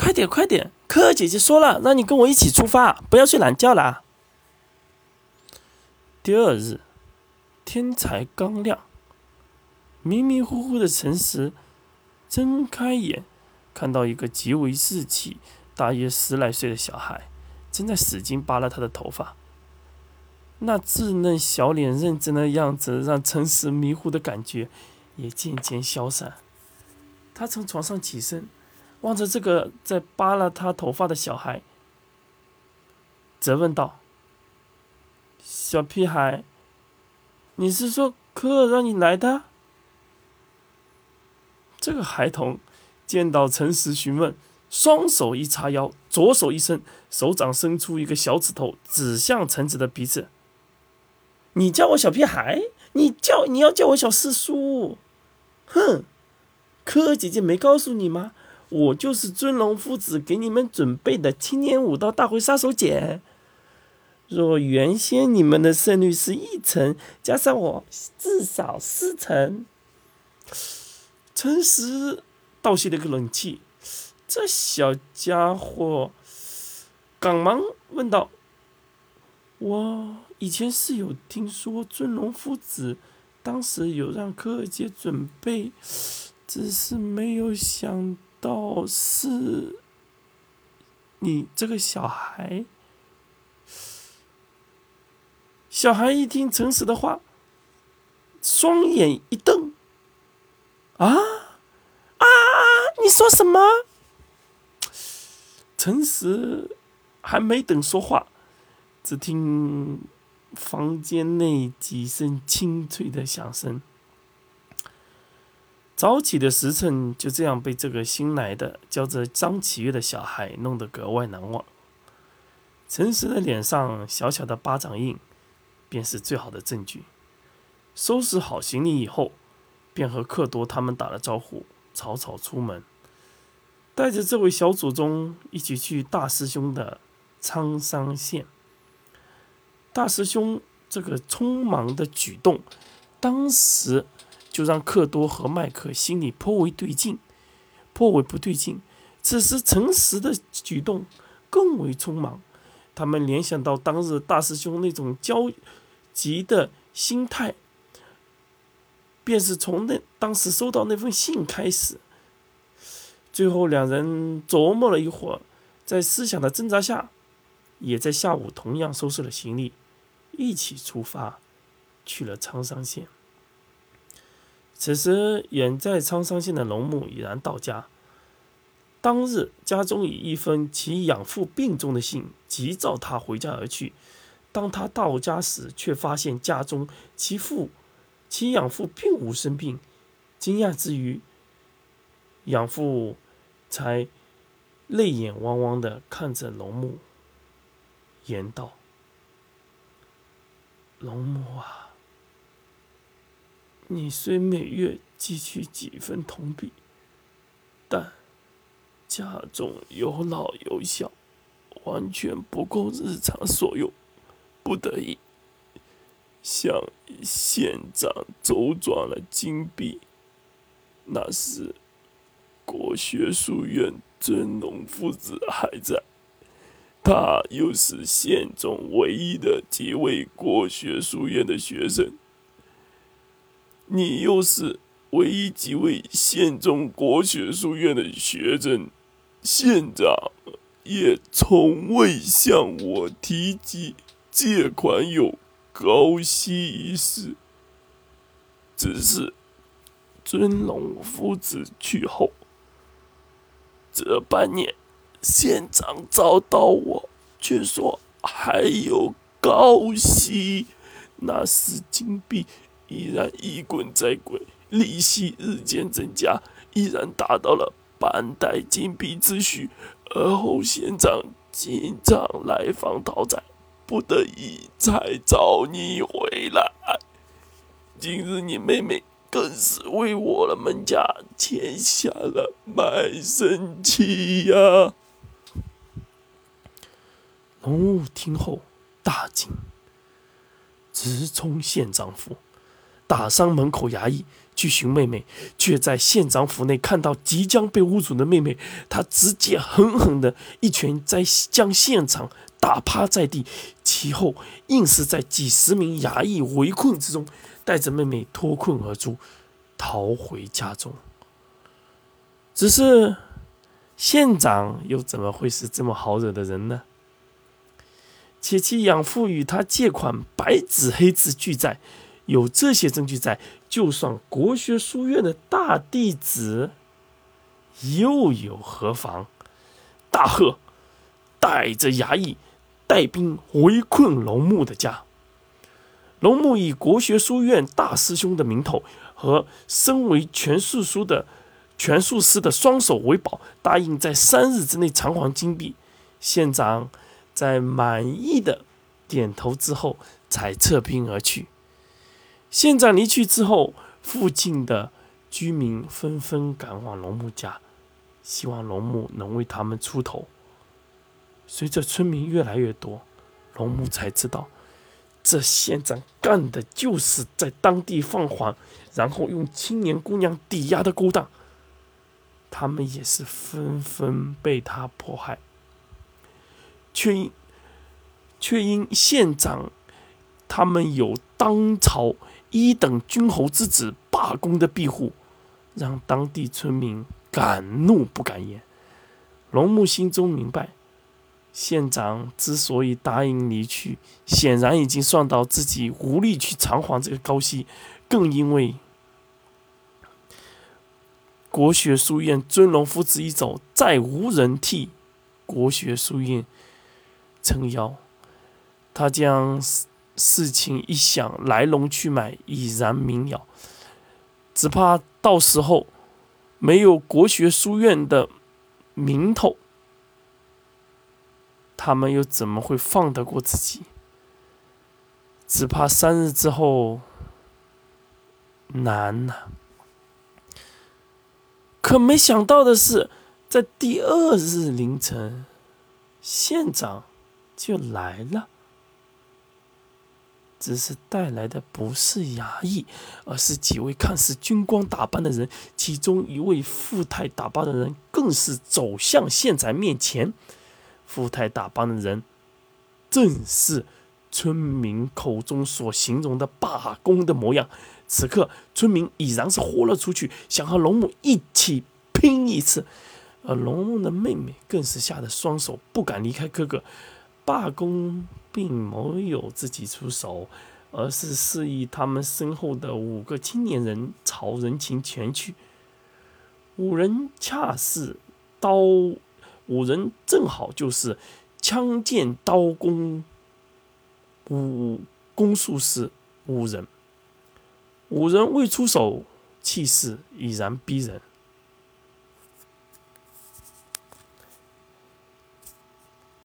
快点快点，柯尔姐姐说了，让你跟我一起出发，不要睡懒觉啦。第二日，天才刚亮，迷迷糊糊的诚实睁开眼，看到一个极为稚气、大约10来岁的小孩，正在使劲扒拉他的头发。那稚嫩小脸认真的样子，让诚实迷糊的感觉也渐渐消散。他从床上起身，望着这个在扒拉他头发的小孩，责问道：“小屁孩，你是说科尔让你来的？”这个孩童见到诚实询问，双手一叉腰，左手一伸，手掌伸出一个小指头，指向橙子的鼻子：“你叫我小屁孩？你要叫我小四叔？哼！柯姐姐没告诉你吗？我就是尊龙夫子给你们准备的青年武道大会杀手锏。若原先你们的胜率是1成，加上我至少4成。”诚实倒吸了个冷气，这小家伙赶忙问道：“我以前是有听说尊龙夫子当时有让柯尔姐准备，只是没有想到是你这个小孩。”小孩一听诚实的话，双眼一瞪：“啊！你说什么？”诚实还没等说话，只听房间内几声清脆的响声。早起的时辰就这样被这个新来的叫着张启岳的小孩弄得格外难忘。诚实的脸上小小的巴掌印便是最好的证据。收拾好行李以后，便和克多他们打了招呼，草草出门，带着这位小祖宗一起去大师兄的沧桑县。大师兄这个匆忙的举动，当时就让克多和麦克心里颇为不对劲。此时诚实的举动更为匆忙，他们联想到当日大师兄那种焦急的心态，便是从当时收到那封信开始。最后两人琢磨了一会儿，在思想的挣扎下，也在下午同样收拾了行李，一起出发去了沧桑县。此时远在沧桑县的龙母已然到家，当日家中已一封其养父病重的信，急召他回家而去。当他到家时，却发现家中其养父并无生病。惊讶之余，养父才泪眼汪汪地看着龙母，言道：“龙母啊，你虽每月寄去几分铜币，但家中有老有小，完全不够日常所用，不得已向县长周转了金币。那时国学书院尊龙夫子还在，他又是县中唯一的几位国学书院的学生，你又是唯一几位县中国学书院的学生，县长也从未向我提及借款有高息一事。只是尊龙夫子去后，这半年县长找到我，却说还有高息，那时金币依然一滚再滚，利息日渐增加，依然达到了半代金币之许。而后县长经常来访讨债，不得已才找你回来。今日你妹妹更是为我们家签下了卖身契呀！”龙武听后大惊，直冲县长府，打伤门口衙役， 去寻妹妹，却在县长府内看到即将被侮辱的妹妹，他直接狠狠的一拳将县长打趴在地，其后硬是在几十名衙役围困之中，带着妹妹脱困而出，逃回家中。只是县长又怎么会是这么好惹的人呢？且其养父与他借款白纸黑字俱在，有这些证据在，就算国学书院的大弟子又有何妨？大贺带着衙役带兵围困龙木的家。龙木以国学书院大师兄的名头和身为拳术师的双手为保，答应在3日之内偿还金币。县长在满意的点头之后，才撤兵而去。县长离去之后，附近的居民纷纷赶往龙木家，希望龙木能为他们出头。随着村民越来越多，龙木才知道，这县长干的就是在当地放缓，然后用青年姑娘抵押的勾当。他们也是纷纷被他迫害，却因县长他们有当朝1等君侯之子罢工的庇护，让当地村民敢怒不敢言。龙木心中明白，县长之所以答应离去，显然已经算到自己无力去偿还这个高息，更因为国学书院尊龙父子一走，再无人替国学书院撑腰。他将事情一想，来龙去脉已然明了，只怕到时候没有国学书院的名头，他们又怎么会放得过自己？只怕3日之后难啊。可没想到的是，在第2日凌晨，县长就来了。只是带来的不是衙役，而是几位看似军官打扮的人，其中一位富态打扮的人更是走向县长面前。富态打扮的人正是村民口中所形容的罢工的模样。此刻村民已然是豁了出去，想和龙木一起拼一次，而龙木的妹妹更是吓得双手不敢离开哥哥。罢工并没有自己出手，而是示意他们身后的5个青年人朝人情前去。5人正好就是枪剑刀工弓术士5人。5人未出手，气势已然逼人。